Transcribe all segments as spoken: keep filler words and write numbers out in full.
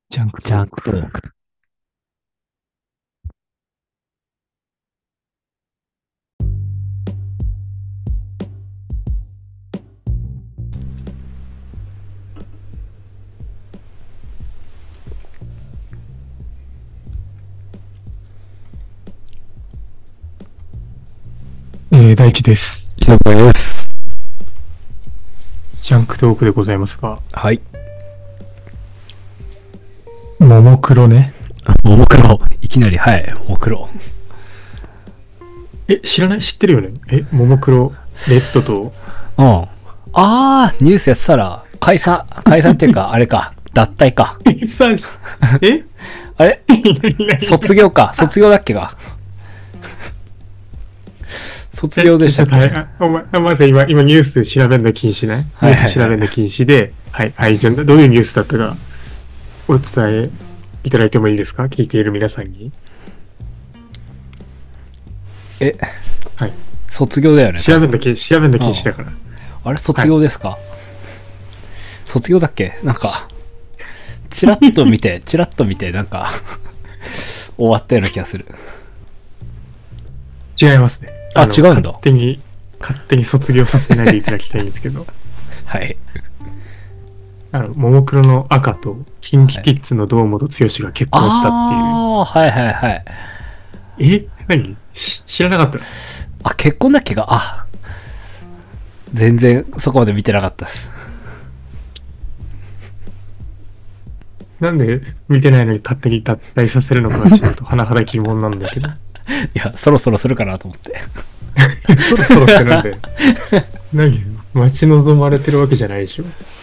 ジャンクトジャンクーク。 トーク。 えー、大地です。 ひどこです。 ジャンクトークでございますが、 はい。 ももクロね。 ももクロ。いきなり、はい。ももクロ。 え、知らない知ってるよね。え、ももクロ、レッドと、 うん。あー、ニュースやってたら、解散、解散っていうか、あれか。脱退か。 え、さん、えあれ何何卒業か。卒業だっけか。卒え、ちょ、 業でしたっけ。 ちょっと、はい、あ、お前、あまず今、今ニュースで調べるの禁止ね。ニュースはいはいはい。 調べるの禁止で、はい、はい、じゃあ、どういうニュースだったか、お伝えいただいてもいいですか？聞いている皆さんに。 え、 はい。 卒業だよね、多分。 調べるの禁止、調べるのうん。 禁止だから。 あれ卒はい。 業ですか？卒業だっけなんか、チラッと見て、チラッと見て、なんか終わったような気がする。 違いますね。 あ、 あの、勝違うんだ。 手に、勝手に卒業させないでいただきたいんですけど、 はい。 あの、ももクロの赤と、キンキはい。 キッズの堂本剛が結婚したっていう。 あー、はいはいはい。 え何し知らなかったの？ あ、結婚だっけが、あ、全然そこまで見てなかったです。 なんで見てないのに勝手に脱退させるのかはちょっと甚だ疑問なんだけど。 いや、そろそろするかなと思って。 そろそろってなんで、何待ち望まれてるわけじゃないでしょ。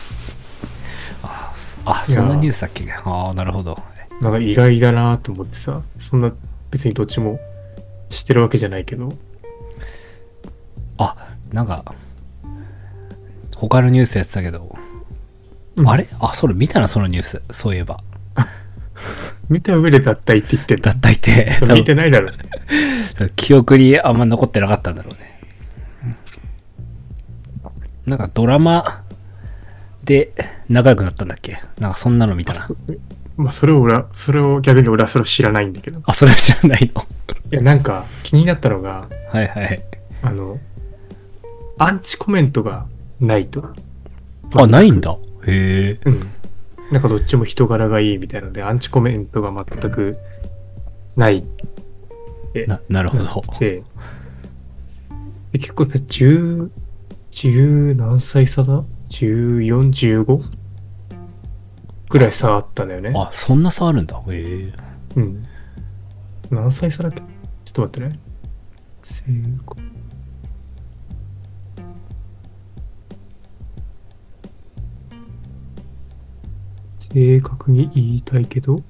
あ、そんなニュいや、 ースだっけ。ああ、なるほど。 なんか意外だなと思ってさ、そんな別にどっちも知ってるわけじゃないけど。 あ、なんか、他のニュースやってたけど、 うん。 あれあ、それ見たな、そのニュース。そういえば。 あ、見た上で脱退って言ってんの？ 脱退って、 それ見多分、 てないだろ。 記憶にあんま残ってなかったんだろうね。なんかドラマで仲良くなったんだっけ。なんかそんなの見たあ、 な。 そ、まあ、それを俺は、それを逆に俺はそれを知らないんだけど。いあ、それは知らないの。 や、なんか気になったのが、 はいはい。 あの、アンチコメントがないと。 あ、 全く。 ないんだ。へえ。 うん。なんかどっちも人柄がいいみたいなので、アンチコメントが全くないってな、なるほなっど。 てて、で結構じゅう、じゅう何歳差だ？ じゅうよん、じゅうご？ ぐらい差あったんだよね。 あ、そんな差あるんだ。へえ。 うん。何歳差だっけ？ちょっと待ってね。正正確に言いたいけど、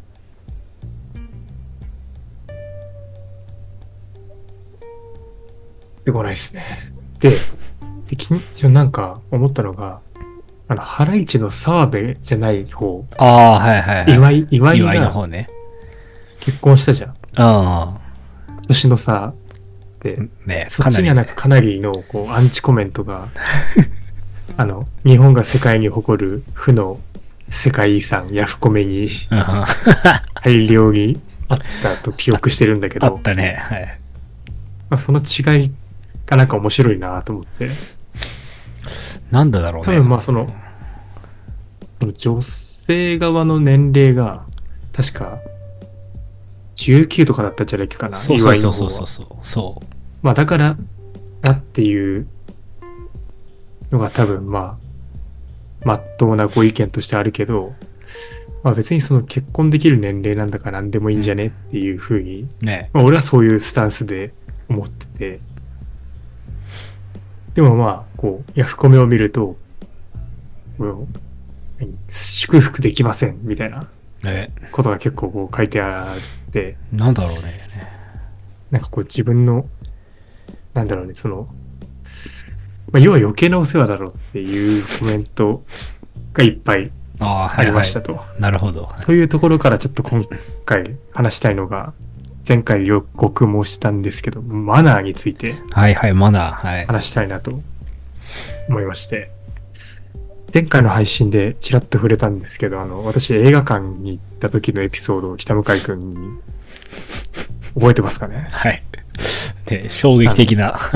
出てこないですね。で、で、きちょなんか思ったのが、あの、ハライチの澤部じゃない方、 ああ、はいはいはい。 岩井、岩井岩井のが方ね。 結婚したじゃん。 ああ、 年の差で、 ね、 そっかなりね。 ちにはなんかかなりの、こう、アンチコメントが、あの、日本が世界に誇る負の世界遺産、ヤフコメにうん、あ大量にあったと記憶してるんだけあっど、 たね。はい。 まあ、その違いがなんか面白いなと思って、 なんだだろうね。 多分まあその、その女性側の年齢が、確かじゅうきゅうとかだったんじゃないかな、岩井そうそうそうの方は。 そうそうそう。そまあだからだっていうのが多分まあ、まっとうなご意見としてあるけど、まあ別にその結婚できる年齢なんだから何でもいいう。うん。 んじゃねっていうふうに、 ね。 まあ俺はそういうスタンスで思ってて、でもまあ、こう、ヤフコメを見ると、こう何祝福できませんみたいなね。 ことが結構こう書いてあって、 なんだろうね。 なんかこう自分の、なんだろうね、その、まあ、要は余計なお世話だろうっていうコメントがいっぱいああ、 あはいはい。 りましたと。 なるほど。 というところからちょっと今回話したいのが、前回予告もしたんですけど、マナーについてはいはい、マナー。はい。 話したいなと思いまして。 前回の配信でちらっと触れたんですけど、あの、私映画館に行った時のエピソードを北向井くんに覚えてますかね？ はい。で、衝撃的な。はい。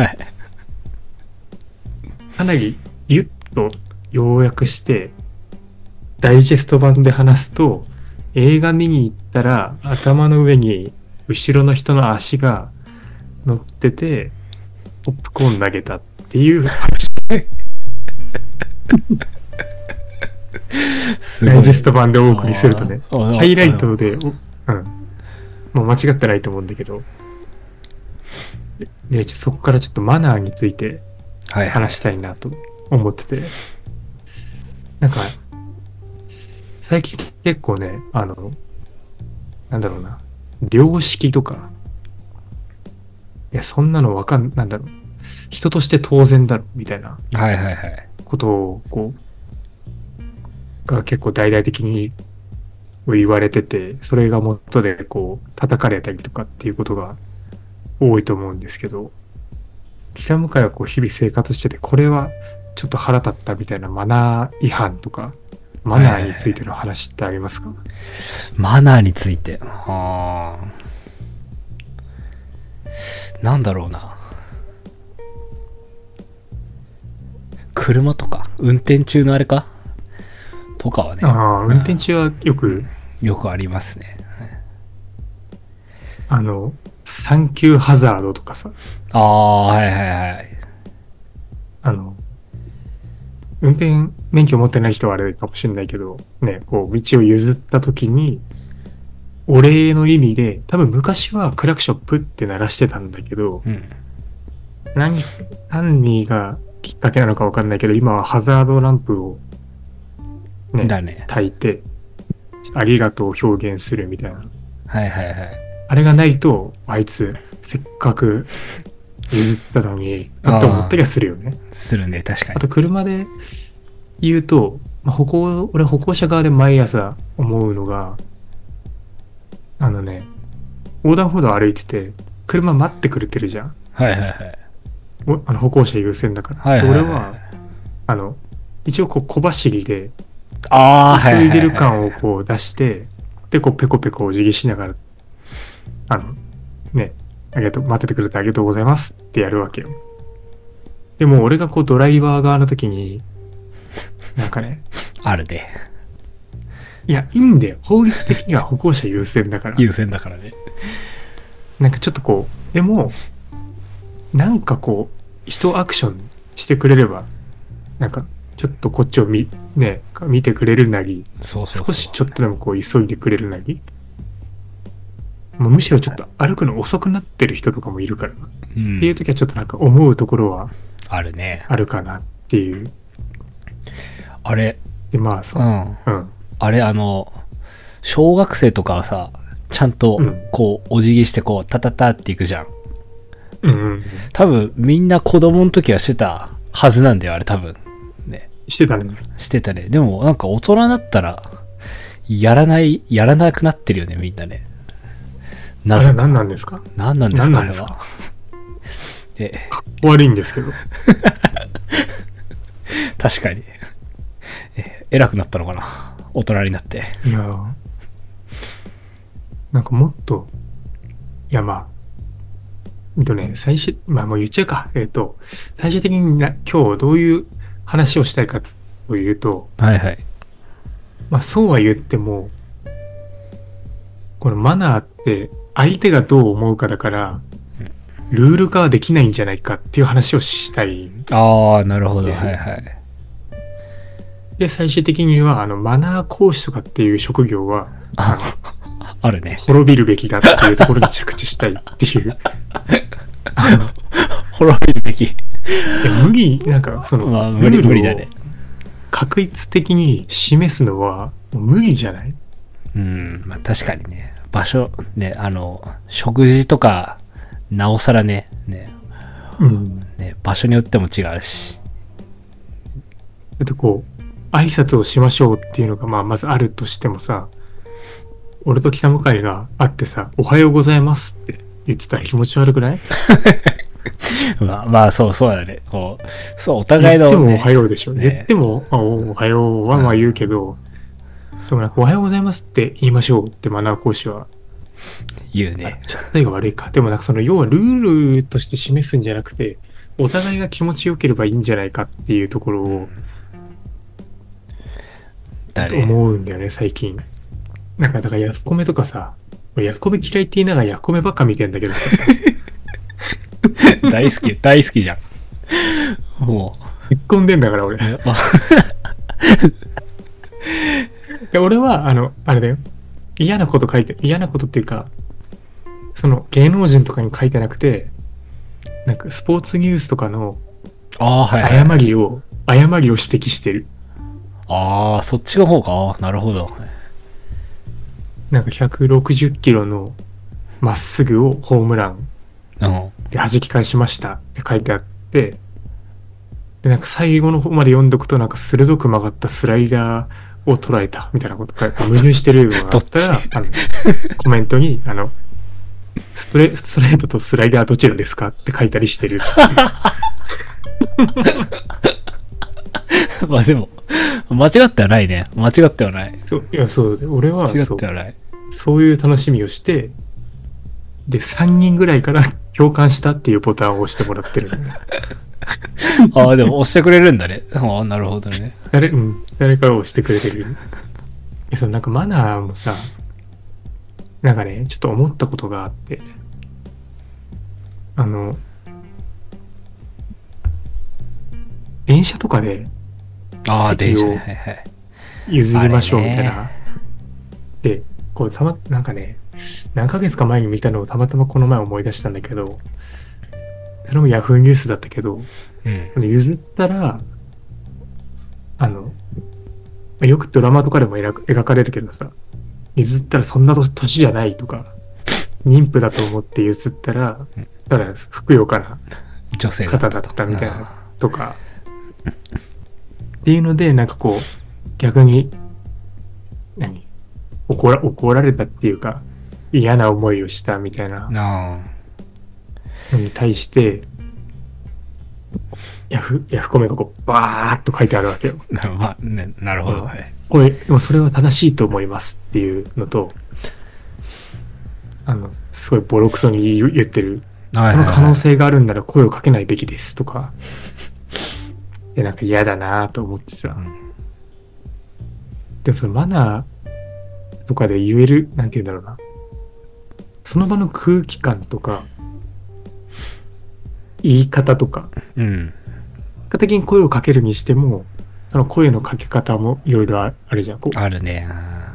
かなりギュッと要約して、ダイジェスト版で話すと、映画見に行ったら頭の上に後ろの人の足が乗ってて、ポップコーン投げたっていう話。 すごい。 ダイジェスト版でお送りするとね、 あーハイライトで、おうん。もう間違ってないと思うんだけど、で、でそこからちょっとマナーについてはいはい。 話したいなと思ってて、なんか、最近結構ね、あの、なんだろうな、良識とか、いや、そんなのわかん、なんだろう、人として当然だろ、みたいなはいはいはい。 ことを、こう、が結構大々的に言われてて、それが元で、こう、叩かれたりとかっていうことが多いと思うんですけど、北向井はこう、日々生活してて、これはちょっと腹立ったみたいなマナー違反とか、マナーについての話ってありますか？ マナーについて。あーなんだろうな。車とか、運転中のあれかとかはね。 ああ、運転中はよく、 よくありますね。 あの、サンキューハザードとかさ、 ああ、はいはいはい。 あの、運転免許持ってない人はあれかもしれないけど、ね、こう、道を譲った時に、お礼の意味で、多分昔はクラクションプって鳴らしてたんだけど、 うん。 何、何がきっかけなのかわかんないけど、今はハザードランプをね、 だね。 焚いて、ありがとうを表現するみたいな。 はいはいはい。 あれがないと、あいつ、せっかく譲ったのに、あと思ったりはするよね。 するね、確かに。 あと車で言うと、まあ、歩行、俺歩行者側で毎朝思うのが、あのね、横断歩道歩いてて、車待ってくれてるじゃん。 はいはいはい。 おあの歩行者優先だから。 はいはいはい、 俺は、あの、一応こう小走りで、 ああ、はいはいはい。 急いでる感をこう出して、で、こうペコペコお辞儀しながら、あの、ね、ありがとう、待っててくれてありがとうございますってやるわけよ。でも俺がこうドライバー側の時に、なんかね、 あるで。 いや、いいんだよ。法律的には歩行者優先だから。 優先だからね。 なんかちょっとこう、でも、なんかこう、人アクションしてくれれば、なんか、ちょっとこっちを見、ね、見てくれるなり、 そうそうそう。 少しちょっとでもこう急いでくれるなり、もうむしろちょっと歩くの遅くなってる人とかもいるから、 うん、 っていう時はちょっとなんか思うところはあるね。 あるかなっていう。 あれ、 で、まあそう。 うん。 うん。 あれ、あの、小学生とかはさ、ちゃんとこう、お辞儀してこう、タタタっていくじゃん。 うんうん。 多分、みんな子供の時はしてたはずなんだよ、あれ多分。ね。 してたね。 してたね。でも、なんか大人になったら、やらない、やらなくなってるよね、みんなね。なぜか。 あれは何なんですか？ 何なんですか、あれは。え、 かっこ悪いんですけど。 確かに。え、偉くなったのかな、大人になって。 いやー、なんかもっと、いやまあ、えっとね、最終、まあもう言っちゃうか。えっと、最終的にな今日どういう話をしたいかというと、 はいはい。 まあそうは言っても、このマナーって相手がどう思うかだから、ルール化はできないんじゃないかっていう話をしたい。 ああ、なるほど。はいはい。 で、最終的には、あの、マナー講師とかっていう職業は、 ああるね。 滅びるべきだっていうところに着地したいっていう。あの滅びるべき。 いや無理、なんか、その、 まあ、無理無理だね。 確率的に示すのはもう無理じゃない？ うん、まあ確かにね。場所、ね、あの、食事とか、なおさらね、ね、 うん。 ね、場所によっても違うし。 だってこう、挨拶をしましょうっていうのが、まあ、まずあるとしてもさ、俺と北向井が会ってさ、おはようございますって言ってたら気持ち悪くない？ まあ、まあ、そうそうだね。こう、そう、お互いの、ね。 言ってもおはようでしょ。 ね、 言っても、あおはようはまあ言うけど、うん、でもなんかおはようございますって言いましょうってマナー講師は。 言うね。 ちょっとが悪いか。でもなんかその要はルールとして示すんじゃなくて、お互いが気持ちよければいいんじゃないかっていうところを、ちょっと思うんだよね、最近。なんか、だからヤフコメとかさ、ヤフコメ嫌いって言いながらヤフコメばっか見てんだけどさ。 大好き、大好きじゃん。もう。引っ込んでんだから俺。いや俺は、あの、あれだよ。嫌なこと書いて、嫌なことっていうか、その芸能人とかに書いてなくて、なんかスポーツニュースとかの誤りを、誤りを指摘してる。 ああ、そっちの方か。なるほど。 なんかひゃくろくじゅっキロのまっすぐをホームランで弾き返しましたって書いてあって、で、なんか最後の方まで読んどくと、なんか鋭く曲がったスライダーを捉えたみたいなことが矛盾してるのがあったら、あのコメントに、あの、ストレ、ストレートとスライダーどちらですかって書いたりしてる。 まあでも、間違ってはないね。間違ってはない。 そう、いや、そう、俺は間違ってはない。 そういう楽しみをして、で、さんにんぐらいから共感したっていうボタンを押してもらってるんだよ。 ああ、でも押してくれるんだね。ああ、なるほどね。 誰、うん、誰かが押してくれてる。いや、そのなんかマナーもさ、なんかね、ちょっと思ったことがあって、あの、電車とかで、 ああ、電車、はいはいはい。譲りましょうみたいな。で、こう、たま、なんかね、何ヶ月か前に見たのをたまたまこの前思い出したんだけど、それもヤフーニュースだったけど、うん、譲ったら、あの、よくドラマとかでも描かれるけどさ、譲ったらそんな年じゃないとか、妊婦だと思って譲ったら、ただふくよかな方だったみたいなとか、っていうので、なんかこう、逆に、何怒ら、怒られたっていうか、嫌な思いをしたみたいなのに対して、ヤフ、ヤフコメがこう、バーっと書いてあるわけよ。 まあね、なるほど。はい。 これ、でもそれは正しいと思いますっていうのと、あの、すごいボロクソに言ってる。はいはいはい、この可能性があるんなら声をかけないべきですとか、で、なんか嫌だなと思ってさ。うん、でもそのマナーとかで言える、なんて言うんだろうな。その場の空気感とか、言い方とか、うん。結果的に声をかけるにしても、その声のかけ方もいろいろあるじゃん。こうあるね。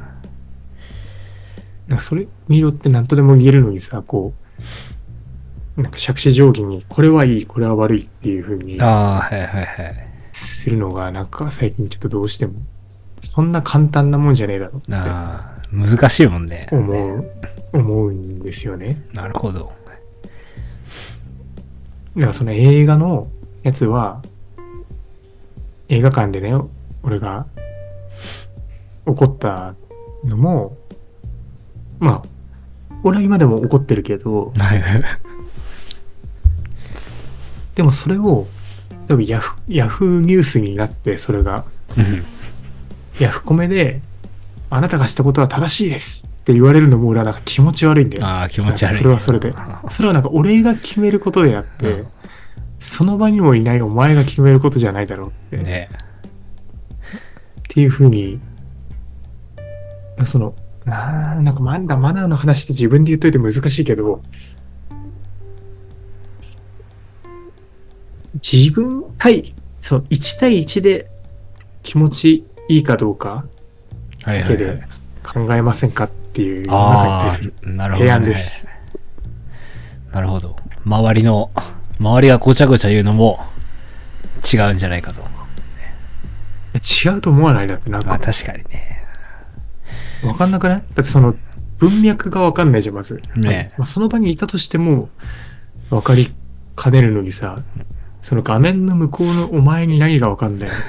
なんかそれによって何とでも言えるのにさ、こう、なんか杓子定規に、これはいい、これは悪いっていう風に、 ああ、はいはいはい。 するのが、なんか最近ちょっとどうしても、そんな簡単なもんじゃねえだろって。 ああ、難しいもんね。 思う、思うんですよね。 なるほど。 だからその映画のやつは、映画館でね、俺が怒ったのも、まあ、俺は今でも怒ってるけど、でもそれを、多分ヤフ、ヤフーニュースになって、それが、ヤフコメで、あなたがしたことは正しいですって言われるのも俺はなんか気持ち悪いんだよ。 ああ、気持ち悪い。 それはそれで。それはなんか俺が決めることであって、うん、その場にもいないお前が決めることじゃないだろうって。ね、っていうふうに、その、ななんかマナー、マナーの話って自分で言っといて難しいけど、自分対、そう、いち対いちで気持ちいいかどうかだけで考えませんかっていう中に対する提案です。 なるほど。周りの、周りがごちゃごちゃ言うのも違うんじゃないかと。 違うと思わないだってなんか。 あ、確かにね。 わかんなくない？だってその文脈がわかんないじゃん、まず。 ね。 まあ、その場にいたとしてもわかりかねるのにさ、その画面の向こうのお前に何がわかんないのって。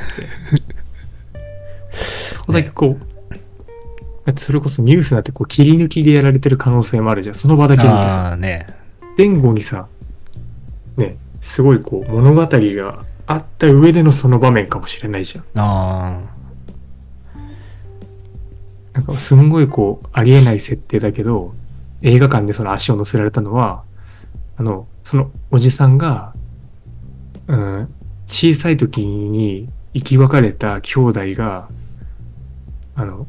そこだけこう、ね、だってそれこそニュースなんてこう切り抜きでやられてる可能性もあるじゃん。その場だけ見てさ。 あね。 前後にさ、ね、 すごいこう物語があった上でのその場面かもしれないじゃん。 あなんかすんごいこうありえない設定だけど、映画館でその足を乗せられたのは、あの、そのおじさんが、うん、小さい時に生き別れた兄弟が、あの、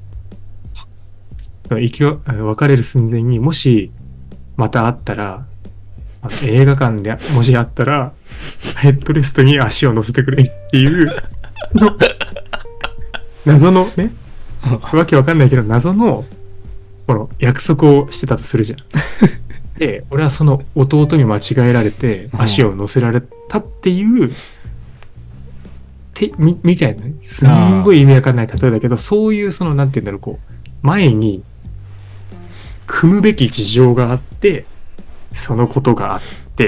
生きわ別れる寸前にもしまた会ったら、あの映画館でもし会ったら、ヘッドレストに足を乗せてくれっていう、謎のね、わけわかんないけど謎のこの約束をしてたとするじゃん。で、俺はその弟に間違えられて足を乗せられたっていう、てみみたいなね、すんごい意味わかんない例えだけど、そういうそのなんて言うんだろう、こう前に組むべき事情があって、そのことがあって、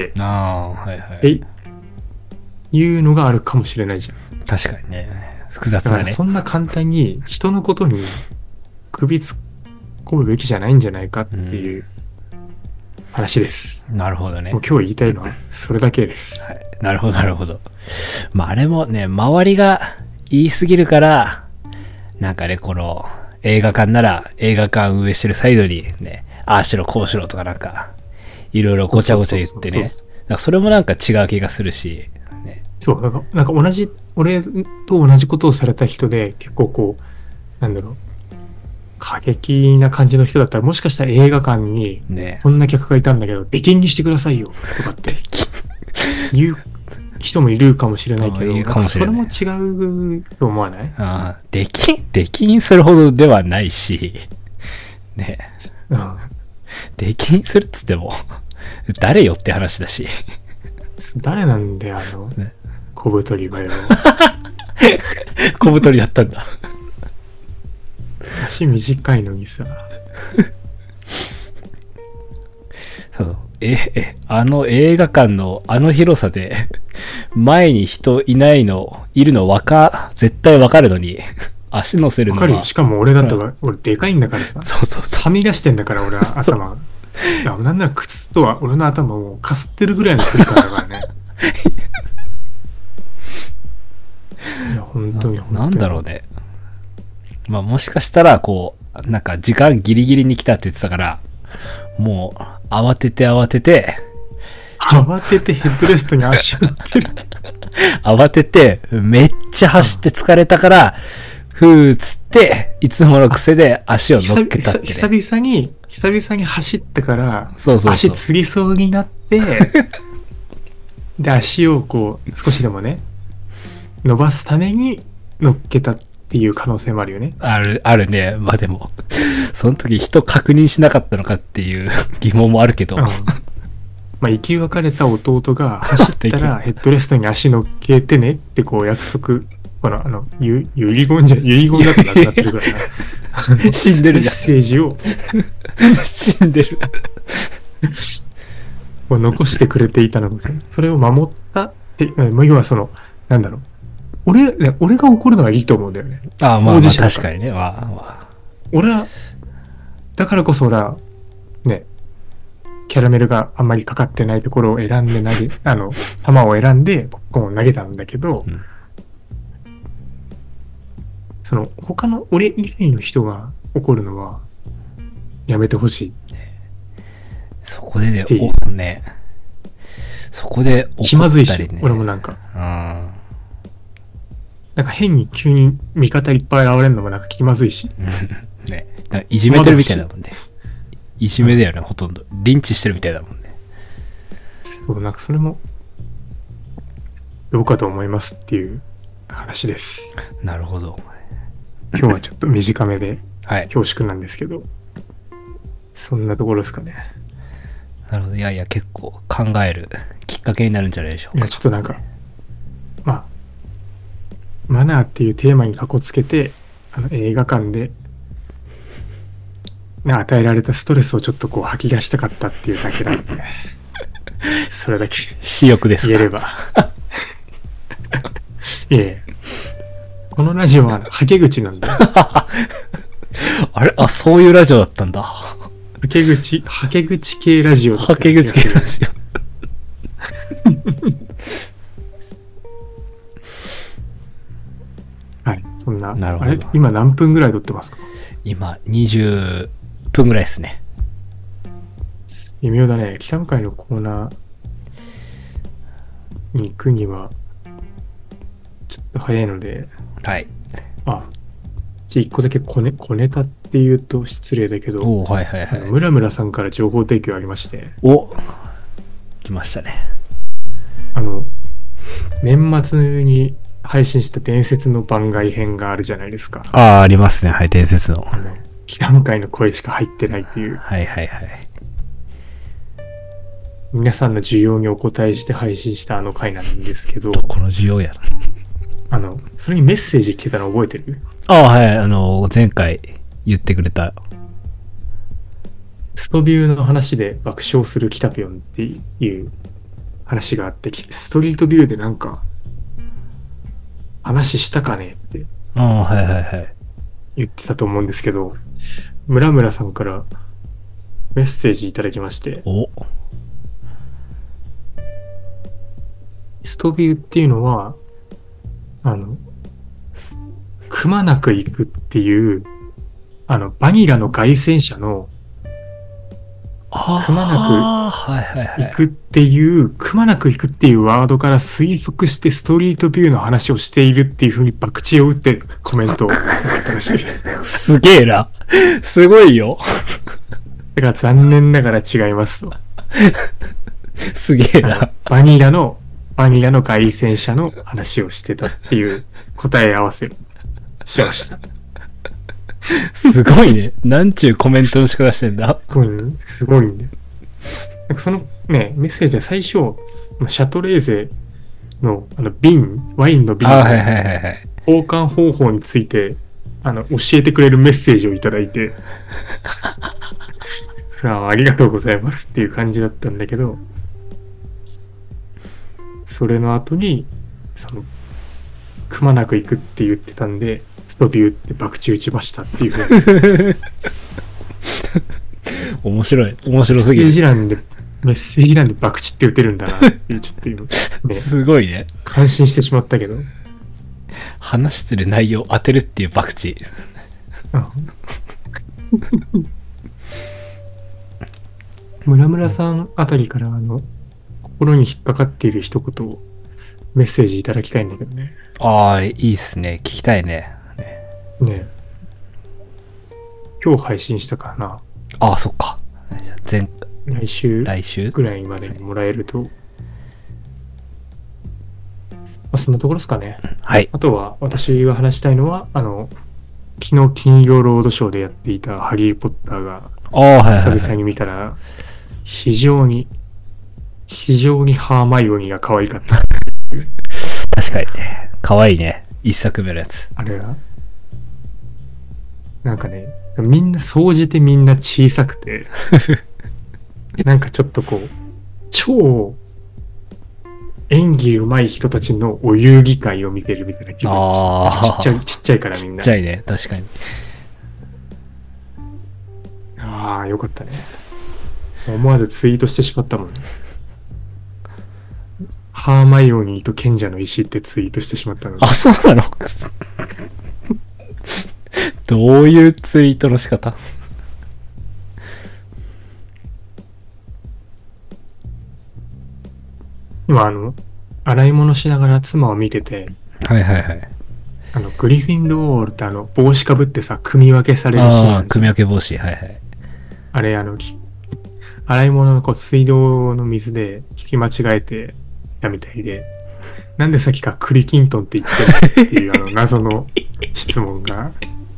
あー、はいはってい。 いうのがあるかもしれないじゃん。 確かにね。複雑だからだね。 そんな簡単に人のことに首突っ込むべきじゃないんじゃないかっていう話です。 なるほどね。 もう今日言いたいのはそれだけです。 はい。なるほど、なるほど。まあ、あれもね、周りが言い過ぎるから、なんかね、この映画館なら映画館運営してるサイドにね、ああしろこうしろとかなんか、いろいろごちゃごちゃ言ってね。なんかそれもなんか違う気がするし、ね。 そう、なんか、なんか同じ、俺と同じことをされた人で結構こう、なんだろう、過激な感じの人だったら、もしかしたら映画館にね。 こんな客がいたんだけど、出禁にしてくださいよとかって言う人もいるかもしれないけど、 いるかもしれない。 それも違うと思わない？ ああ、出禁、出禁するほどではないし、ね。 うん、 出禁するっつっても、誰よって話だし。 誰なんだよ、あの、 ね、 小太りばよ。 小太りだったんだ。 足短いのにさ。 そうそう。え、え、あの映画館のあの広さで、前に人いないの、いるのわか、絶対わかるのに、足乗せるのは。 わかるよ。しかも俺だったら、俺でかいんだからさ。 そうそうそう。 はみ出してんだから俺は頭。いや、なんなら靴とは俺の頭をかすってるぐらいの距離感だからね。いや、本当に本当に。 な、なんだろうね。まあもしかしたら、こう、なんか時間ギリギリに来たって言ってたから、もう、慌てて慌てて、 慌ててヘッドレストに足を乗っける。 慌てて、めっちゃ走って疲れたから、ふーっつって、いつもの癖で足を乗っけたってね。 久々に、久々に走ってから、 そうそうそう。 足つりそうになって、で、足をこう、少しでもね、伸ばすために乗っけたっていう可能性もあるよね。 ある、あるね。まあでも、その時人確認しなかったのかっていう疑問もあるけど。 うん、まあ、生き別れた弟が走ったらヘッドレストに足乗っけてねってこう約束、ほら、あの、ゆ遺言じゃ、遺言だとなくなってるからな。 死んでるじゃん。 メッセージを死んでる。 を残してくれていたので、それを守ったって、まあ、要はその、なんだろう。俺、俺が怒るのはいいと思うんだよね。 ああ、まあ、まあ、 当事者だ確かにね。まあ、まあ。 俺は、だからこそ俺は、ね、キャラメルがあんまりかかってないところを選んで投げ、あの、球を選んでポップコーンを投げたんだけど、 うん、 その、他の俺以外の人が怒るのは、やめてほしい。 そこでね、おね、そこで怒ったりね。 気まずいし、俺もなんか。 うん。 なんか変に急に味方いっぱい現れるのもなんか気まずいし。 ね、なんかいじめてるみたいだもんね。いじめだよね、ほとんど。リンチしてるみたいだもんね。 そう、なんかそれも、どうかと思いますっていう話です。 なるほど。 今日はちょっと短めで、 はい。 恐縮なんですけど、そんなところですかね。 なるほど。いやいや、結構考えるきっかけになるんじゃないでしょうか。 いや、ちょっとなんか、まあ、マナーっていうテーマにかこつけて、あの映画館で、ね、与えられたストレスをちょっとこう吐き出したかったっていうだけなんで、それだけ私欲ですか。 言えれば。いえいえ、このラジオははけ口なんだ。 あれ、あ、そういうラジオだったんだ。 はけ口、はけ口系ラジオだった。 はけ口系ラジオ。 なるほど。 あれ今何分ぐらい撮ってますか？ 今にじゅっぷんぐらいですね。 微妙だね。北向かいのコーナーに行くにはちょっと早いので、 はい。 あ、じゃあ一個だけ小ネ、小ネタって言うと失礼だけど、 おー、はいはいはい。 あの村村さんから情報提供ありまして、 お、来ましたね。 あの、年末に配信した伝説の番外編があるじゃないですか。 ああ、ありますね。はい、伝説の。 あの、北向かいの声しか入ってないっていう、 はいはいはい。 皆さんの需要にお答えして配信したあの回なんですけど、 この需要やな。 あの、それにメッセージ来てたの覚えてる？ ああ、はい。あの、前回言ってくれた。 ストビューの話で爆笑するキタピョンっていう話があって、ストリートビューでなんか、話したかねってああ、はいはいはい。 言ってたと思うんですけど、村村さんからメッセージいただきまして、 お、 ストビューっていうのは、あの、くまなく行くっていう、あの、バニラの凱旋者の、 あくまなあ、はいはいはい。 く行くっていう、くまなく行くっていうワードから推測してストリートビューの話をしているっていう風に博打を打ってコメントを送ったらしいです。 すげえな。すごいよ。 だから残念ながら違いますと。 すげえな。 バニラの、バニラの凱旋者の話をしてたっていう答え合わせをしました。 すごいね。なんちゅうコメントの仕方してんだ。 すごいね。すごいね。なんかそのね、メッセージは最初、シャトレーゼのあの瓶、ワインの瓶のあはいはいはいはい。 交換方法についてあの教えてくれるメッセージをいただいて、それはありがとうございますっていう感じだったんだけど、それの後に、その、くまなく行くって言ってたんで、ストビューって爆打打ちましたっていう。 面白い。面白すぎメッセーる。 ジ欄で、メッセージ欄で爆打って打てるんだなっていう、ちょっと今、ね、 すごいね。 感心してしまったけど。 話してる内容を当てるっていう博打。 あ村村さんあたりから、あの、心に引っかかっている一言をメッセージいただきたいんだけどね。 ああ、いいっすね。聞きたいね。ねねえ。今日配信したかな。 ああ、そっか。じゃあ前来週来週ぐらいまでにもらえると、まあ、そんなところですかね。 はい。 あとは私が話したいのは、あの、昨日金曜ロードショーでやっていたハリー・ポッターがああ、はいはい、はい。 久々に見たら、非常に、非常にハーマイオニーが可愛かった。 確かにね。可愛いね。一作目のやつ。 あれは、なんかね、みんな、総じてみんな小さくて、なんかちょっとこう、超演技上手い人たちのお遊戯会を見てるみたいな気分でした。 あーちっちゃい、ちっちゃいからみんな。 ちっちゃいね。確かに。 ああ、よかったね。思わずツイートしてしまったもんね。ハーマイオニーと賢者の石ってツイートしてしまったので。 あ、そうなのどういうツイートの仕方？ 今あの、洗い物しながら妻を見てて、 はいはいはい。 あの、グリフィンドウォールってあの、帽子かぶってさ、組み分けされるシーンあああ、 るじゃん。 組み分け帽子。はいはい。 あれ、あの、き洗い物のこう水道の水で聞き間違えてたみたいで、なんでさっきからクリキントンって言ってるっていうあの謎の質問が、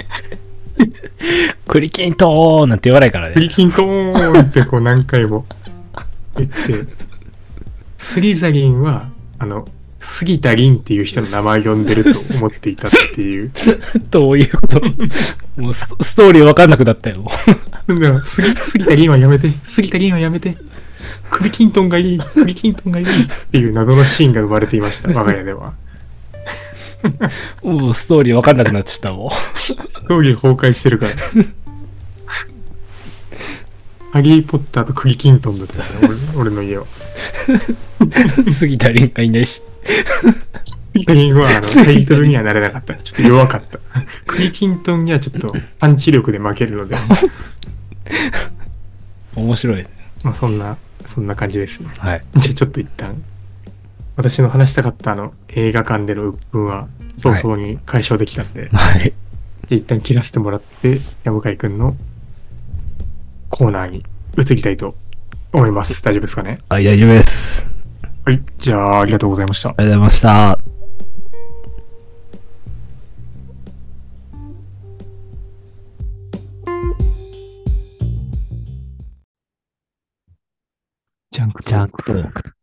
クリキントーンなんて言わないからね。 クリキントーンってこう何回も言って、スリザリンは、あの、杉田凛っていう人の名前を呼んでると思っていたっていう。 どういうこともうスストーリー分かんなくなったよ。 でも杉杉田凛はやめて、杉田凛はやめて、クリキントンがいい、クリキントンがいいっていう謎のシーンが生まれていました、我が家では。 もうストーリー分かんなくなっちゃったもん。 ストーリー崩壊してるから。ハリー・ポッターとクリキントンだったよね、俺, 俺の家は。 杉田凛がいないし。 ククリンはあのタイトルにはなれなかった。ちょっと弱かった。クリキントンにはちょっとパンチ力で負けるので、 面白い。 まあそんな、そんな感じですね。 はい。 じゃあちょっと一旦、私の話したかったあの映画館での鬱憤は早々に解消できたんで、 はい。 じゃあ一旦切らせてもらって、山向井くんのコーナーに移りたいと思います。大丈夫ですかね？ はい、大丈夫です。 はい。じゃあ、ありがとうございました。 ありがとうございました。 ジャンクジャンクトーク。